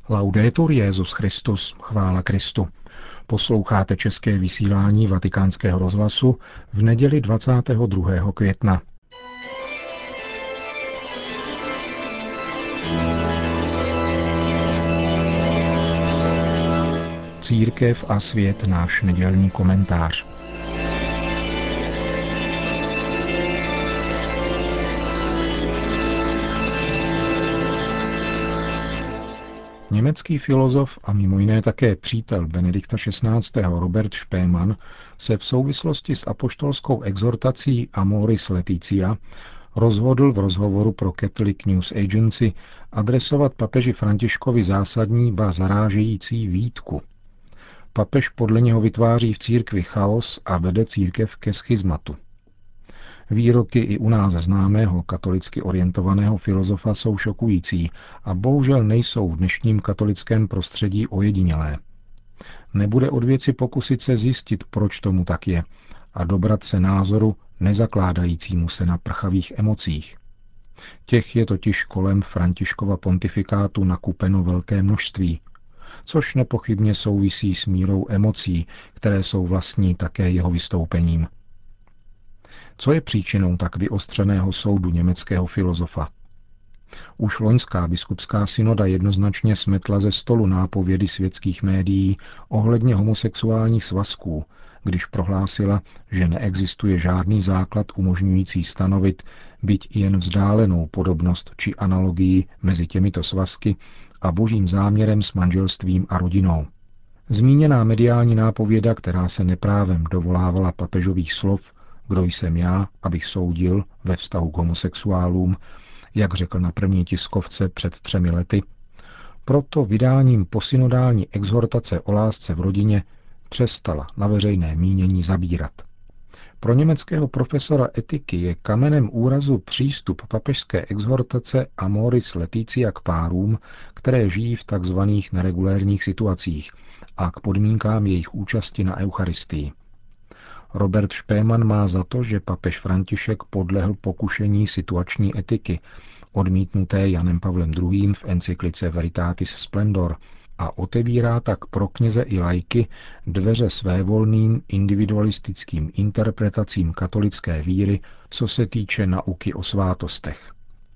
Laudetur Jesus Christus, chvála Kristu. Posloucháte české vysílání Vatikánského rozhlasu v neděli 22. května. Církev a svět, náš nedělní komentář. Německý filozof a mimo jiné také přítel Benedikta XVI. Robert Spemann se v souvislosti s apoštolskou exhortací Amoris Laetitia rozhodl v rozhovoru pro Catholic News Agency adresovat papeži Františkovi zásadní, ba zarážející výtku. Papež podle něho vytváří v církvi chaos a vede církev ke schizmatu. Výroky i u nás známého katolicky orientovaného filozofa jsou šokující a bohužel nejsou v dnešním katolickém prostředí ojedinělé. Nebude od věci pokusit se zjistit, proč tomu tak je, a dobrat se názoru nezakládajícímu se na prchavých emocích. Těch je totiž kolem Františkova pontifikátu nakupeno velké množství, což nepochybně souvisí s mírou emocí, které jsou vlastní také jeho vystoupením. Co je příčinou tak vyostřeného soudu německého filozofa? Už loňská biskupská synoda jednoznačně smetla ze stolu nápovědy světských médií ohledně homosexuálních svazků, když prohlásila, že neexistuje žádný základ umožňující stanovit byť jen vzdálenou podobnost či analogii mezi těmito svazky a božím záměrem s manželstvím a rodinou. Zmíněná mediální nápověda, která se neprávem dovolávala papežových slov "Kdo jsem já, abych soudil" ve vztahu k homosexuálům, jak řekl na první tiskovce před 3 lety, proto vydáním posynodální exhortace o lásce v rodině přestala na veřejné mínění zabírat. Pro německého profesora etiky je kamenem úrazu přístup papežské exhortace Amoris Laetitia k párům, které žijí v tzv. Neregulérních situacích a k podmínkám jejich účasti na eucharistii. Robert Spemann má za to, že papež František podlehl pokušení situační etiky, odmítnuté Janem Pavlem II. V encyklice Veritatis Splendor, a otevírá tak pro kněze i laiky dveře svévolným individualistickým interpretacím katolické víry, co se týče nauky o svátostech.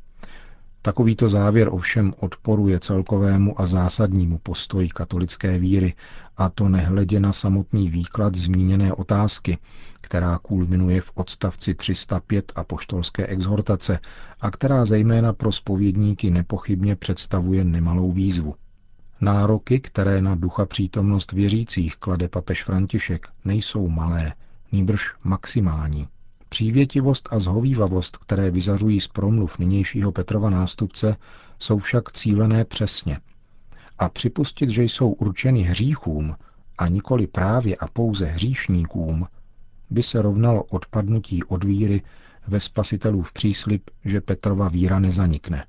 Takovýto závěr ovšem odporuje celkovému a zásadnímu postoji katolické víry, a to nehledě na samotný výklad zmíněné otázky, která kulminuje v odstavci 305 apoštolské exhortace a která zejména pro zpovědníky nepochybně představuje nemalou výzvu. Nároky, které na ducha přítomnost věřících klade papež František, nejsou malé, nýbrž maximální. Přívětivost a zhovívavost, které vyzařují z promluv nynějšího Petrova nástupce, jsou však cílené přesně. A připustit, že jsou určeny hříchům a nikoli právě a pouze hříšníkům, by se rovnalo odpadnutí od víry ve Spasitelův příslib, že Petrova víra nezanikne.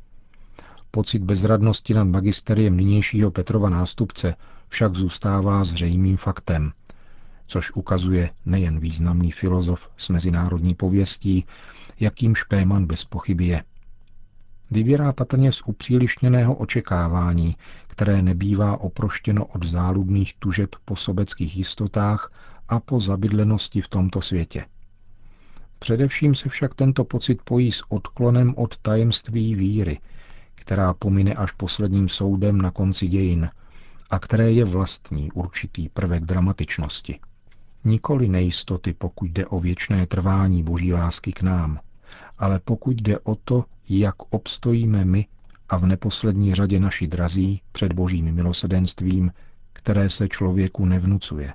Pocit bezradnosti nad magisteriem nynějšího Petrova nástupce však zůstává zřejmým faktem, což ukazuje nejen významný filozof s mezinárodní pověstí, jakým Spemann bez pochyby je. Vyvěrá patrně z upřílišněného očekávání, které nebývá oproštěno od záludných tužeb po sobeckých jistotách a po zabydlenosti v tomto světě. Především se však tento pocit pojí s odklonem od tajemství víry, která pomine až posledním soudem na konci dějin a které je vlastní určitý prvek dramatičnosti. Nikoli nejistoty, pokud jde o věčné trvání boží lásky k nám, ale pokud jde o to, jak obstojíme my a v neposlední řadě naši drazí před božím milosrdenstvím, které se člověku nevnucuje.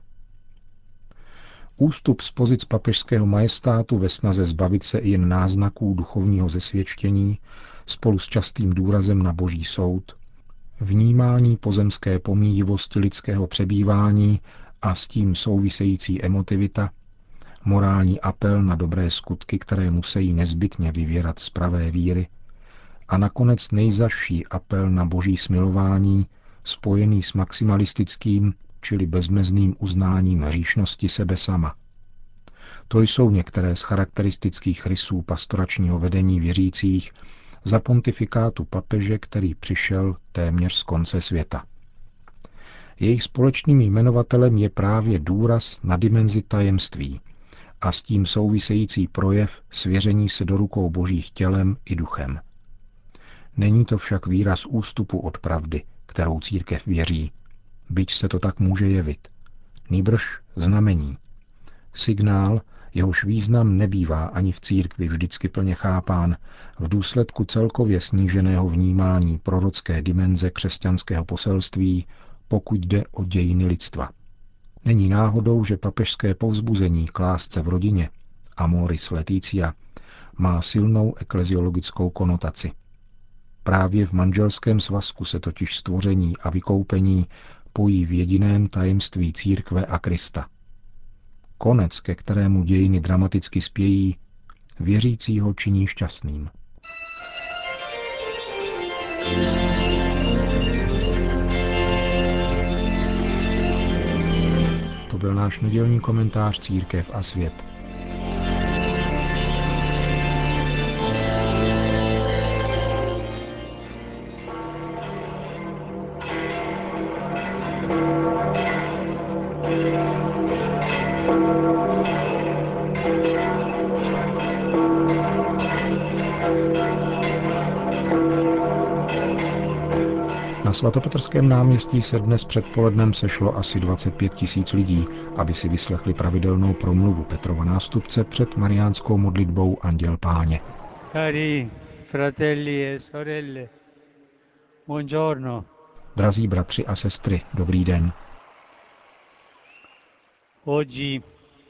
Ústup z pozic papežského majestátu ve snaze zbavit se i jen náznaků duchovního zesvědčení spolu s častým důrazem na boží soud, vnímání pozemské pomíjivosti lidského přebývání a s tím související emotivita, morální apel na dobré skutky, které musí nezbytně vyvěrat z pravé víry, a nakonec nejzazší apel na boží smilování, spojený s maximalistickým, čili bezmezným uznáním hříšnosti sebe sama. To jsou některé z charakteristických rysů pastoračního vedení věřících, za pontifikátu papeže, který přišel téměř z konce světa. Jejich společným jmenovatelem je právě důraz na dimenzi tajemství a s tím související projev svěření se do rukou božích tělem i duchem. Není to však výraz ústupu od pravdy, kterou církev věří, byť se to tak může jevit. Nýbrž znamení. Signál, jehož význam nebývá ani v církvi vždycky plně chápán v důsledku celkově sníženého vnímání prorocké dimenze křesťanského poselství, pokud jde o dějiny lidstva. Není náhodou, že papežské povzbuzení k lásce v rodině, Amoris Laetitia, má silnou ekleziologickou konotaci. Právě v manželském svazku se totiž stvoření a vykoupení pojí v jediném tajemství církve a Krista. Konec, ke kterému dějiny dramaticky spějí, věřícího činí šťastným. To byl náš nedělní komentář Církev a svět. Na svatopetrském náměstí se dnes předpolednem sešlo asi 25 000 lidí, aby si vyslechli pravidelnou promluvu Petrova nástupce před mariánskou modlitbou Anděl Páně. Cari fratelli e sorelle, buongiorno. Drazí bratři a sestry, dobrý den. Oggi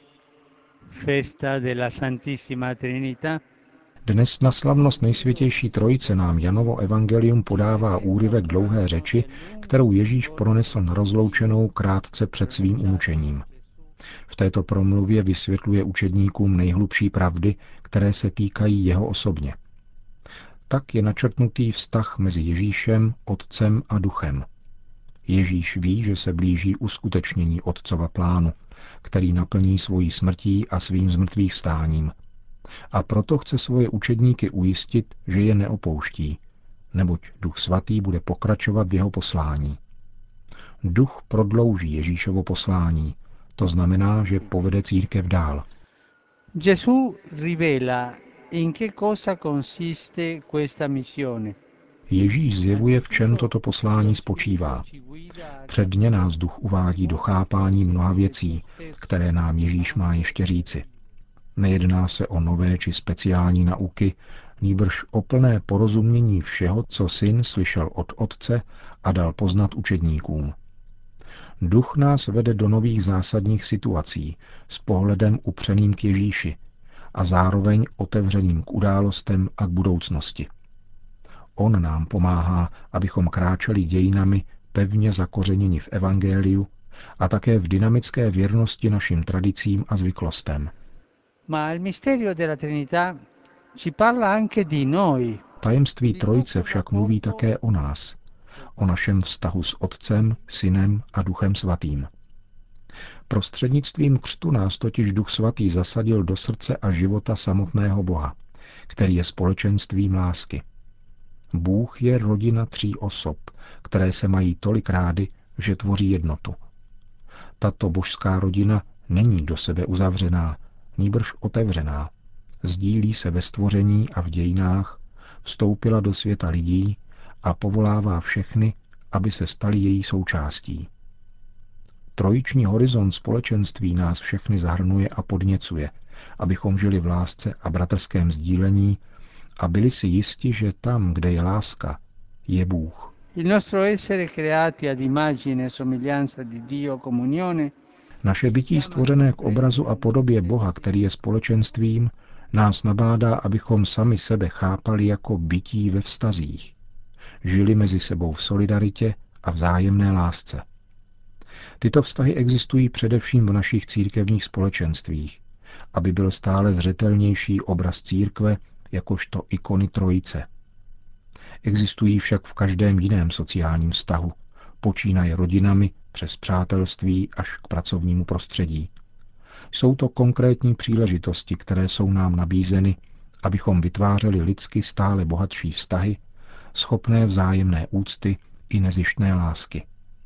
festa della Santissima Trinità. Dnes na slavnost Nejsvětější Trojice nám Janovo evangelium podává úryvek dlouhé řeči, kterou Ježíš pronesl na rozloučenou krátce před svým umučením. V této promluvě vysvětluje učedníkům nejhlubší pravdy, které se týkají jeho osobně. Tak je načrtnutý vztah mezi Ježíšem, Otcem a Duchem. Ježíš ví, že se blíží uskutečnění Otcova plánu, který naplní svojí smrtí a svým zmrtvýchvstáním. A proto chce svoje učedníky ujistit, že je neopouští, neboť Duch Svatý bude pokračovat v jeho poslání. Duch prodlouží Ježíšovo poslání, to znamená, že povede církev dál. Gesù rivela in che cosa consiste questa missione. Ježíš zjevuje, v čem toto poslání spočívá. Předně nás Duch uvádí do chápání mnoha věcí, které nám Ježíš má ještě říci. Nejedná se o nové či speciální nauky, nýbrž o plné porozumění všeho, co Syn slyšel od Otce a dal poznat učedníkům. Duch nás vede do nových zásadních situací s pohledem upřeným k Ježíši a zároveň otevřeným k událostem a k budoucnosti. On nám pomáhá, abychom kráčeli dějinami pevně zakořeněni v evangeliu a také v dynamické věrnosti našim tradicím a zvyklostem. Tajemství Trojice však mluví také o nás, o našem vztahu s Otcem, Synem a Duchem Svatým. Prostřednictvím křtu nás totiž Duch Svatý zasadil do srdce a života samotného Boha, který je společenstvím lásky. Bůh je rodina 3 osob, které se mají tolik rády, že tvoří jednotu. Tato božská rodina není do sebe uzavřená, nýbrž otevřená. Sdílí se ve stvoření a v dějinách, vstoupila do světa lidí a povolává všechny, aby se stali její součástí. Trojiční horizont společenství nás všechny zahrnuje a podněcuje, abychom žili v lásce a bratrském sdílení a byli si jisti, že tam, kde je láska, je Bůh. Naše bytí stvořené k obrazu a podobě Boha, který je společenstvím, nás nabádá, abychom sami sebe chápali jako bytí ve vztazích. Žili mezi sebou v solidaritě a vzájemné lásce. Tyto vztahy existují především v našich církevních společenstvích, aby byl stále zřetelnější obraz církve jakožto ikony Trojice. Existují však v každém jiném sociálním vztahu, počínaje rodinami přes přátelství až k pracovnímu prostředí. Jsou to konkrétní příležitosti, které jsou nám nabízeny, abychom vytvářeli lidsky stále bohatší vztahy, schopné vzájemné úcty i nezištné lásky.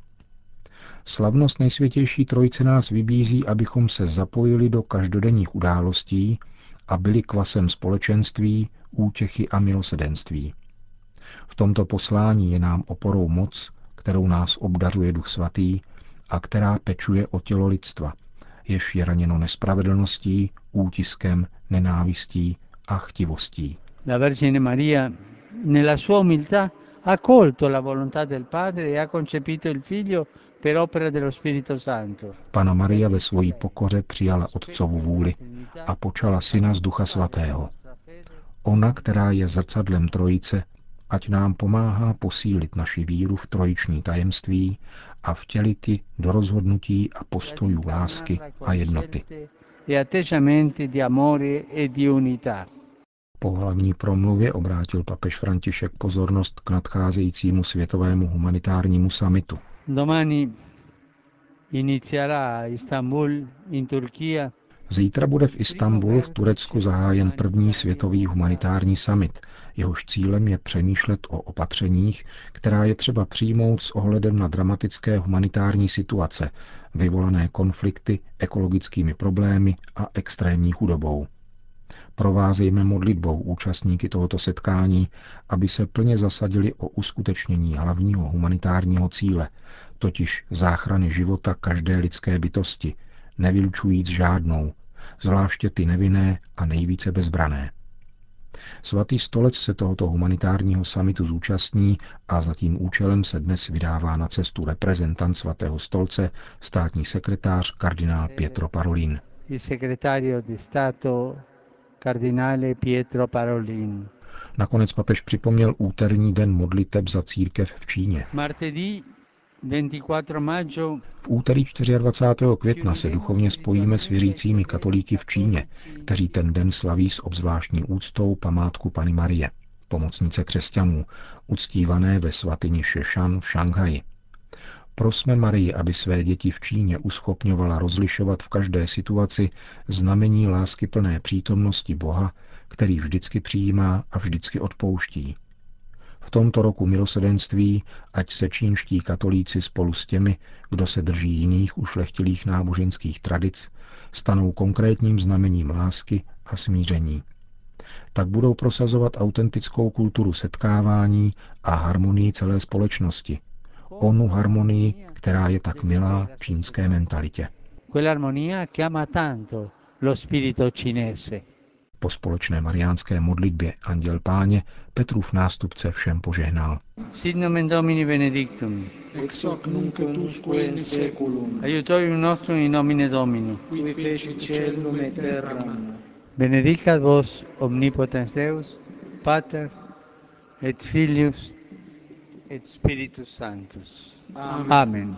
Slavnost Nejsvětější Trojice nás vybízí, abychom se zapojili do každodenních událostí a byli kvasem společenství, útěchy a milosedenství. V tomto poslání je nám oporou moc, kterou nás obdařuje Duch Svatý a která pečuje o tělo lidstva, jež je raněno nespravedlností, útiskem, nenávistí a chtivostí. La Vergine Maria, nella sua umiltà, ha colto la volontà del Padre e ha concepito il Figlio per opera dello Spirito Santo. Panna Maria ve svojí pokoře přijala Otcovu vůli a počala Syna z Ducha Svatého. Ona, která je zrcadlem Trojice, ať nám pomáhá posílit naši víru v trojiční tajemství a vtělit ji do rozhodnutí a postojů lásky a jednoty. E atteggiamenti di amore e di unità. Po hlavní promluvě obrátil papež František pozornost k nadcházejícímu světovému humanitárnímu summitu. Domani inizierà a Istanbul, in Turchia, Zítra bude v Istanbulu v Turecku zahájen první světový humanitární summit. Jehož cílem je přemýšlet o opatřeních, která je třeba přijmout s ohledem na dramatické humanitární situace, vyvolané konflikty, ekologickými problémy a extrémní chudobou. Provázejme modlitbou účastníky tohoto setkání, aby se plně zasadili o uskutečnění hlavního humanitárního cíle, totiž záchrany života každé lidské bytosti, nevylučujíc žádnou, zvláště ty nevinné a nejvíce bezbrané. Svatý stolec se tohoto humanitárního summitu zúčastní a za tím účelem se dnes vydává na cestu reprezentant Svatého stolce, státní sekretář kardinál Pietro Parolin. il segretario di Stato cardinale Pietro Parolin. Nakonec papež připomněl úterní den modliteb za církev v Číně. Martedì 24 maggio V úterý 24. května se duchovně spojíme s věřícími katolíky v Číně, kteří ten den slaví s obzvláštní úctou památku Panny Marie, pomocnice křesťanů, uctívané ve svatyni Šešan v Šanghaji. Prosme Marii, aby své děti v Číně uschopňovala rozlišovat v každé situaci znamení láskyplné přítomnosti Boha, který vždycky přijímá a vždycky odpouští. V tomto roku milosedenství, ať se čínští katolíci spolu s těmi, kdo se drží jiných ušlechtilých náboženských tradic, stanou konkrétním znamením lásky a smíření. Tak budou prosazovat autentickou kulturu setkávání a harmonii celé společnosti. Onu harmonii, která je tak milá čínské mentalitě. Quell'armonia che ama tanto lo spirito cinese. Po společné mariánské modlitbě Anděl Páně Petrův nástupce všem požehnal. Sit nomen Domini benedictum. Ex hoc nunc et usque in seculum, Aiutorium nostrum in nomine Domini. qui fecit caelum et terram. Benedicat vos omnipotens Deus, Pater et Filius et Spiritus Sanctus. Amen. Amen.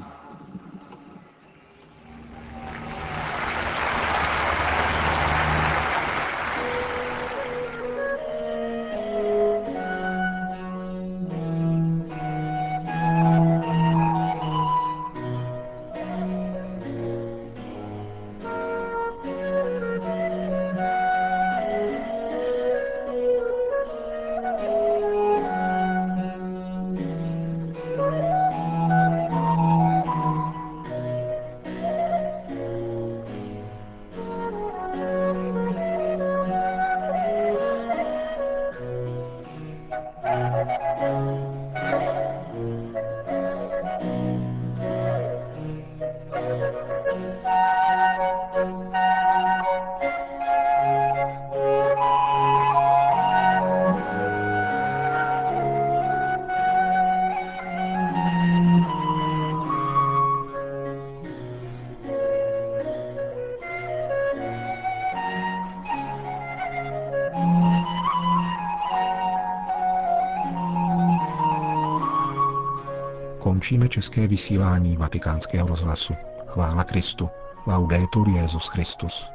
Končíme české vysílání Vatikánského rozhlasu. Chvála Kristu. Laudetur Jesus Christus.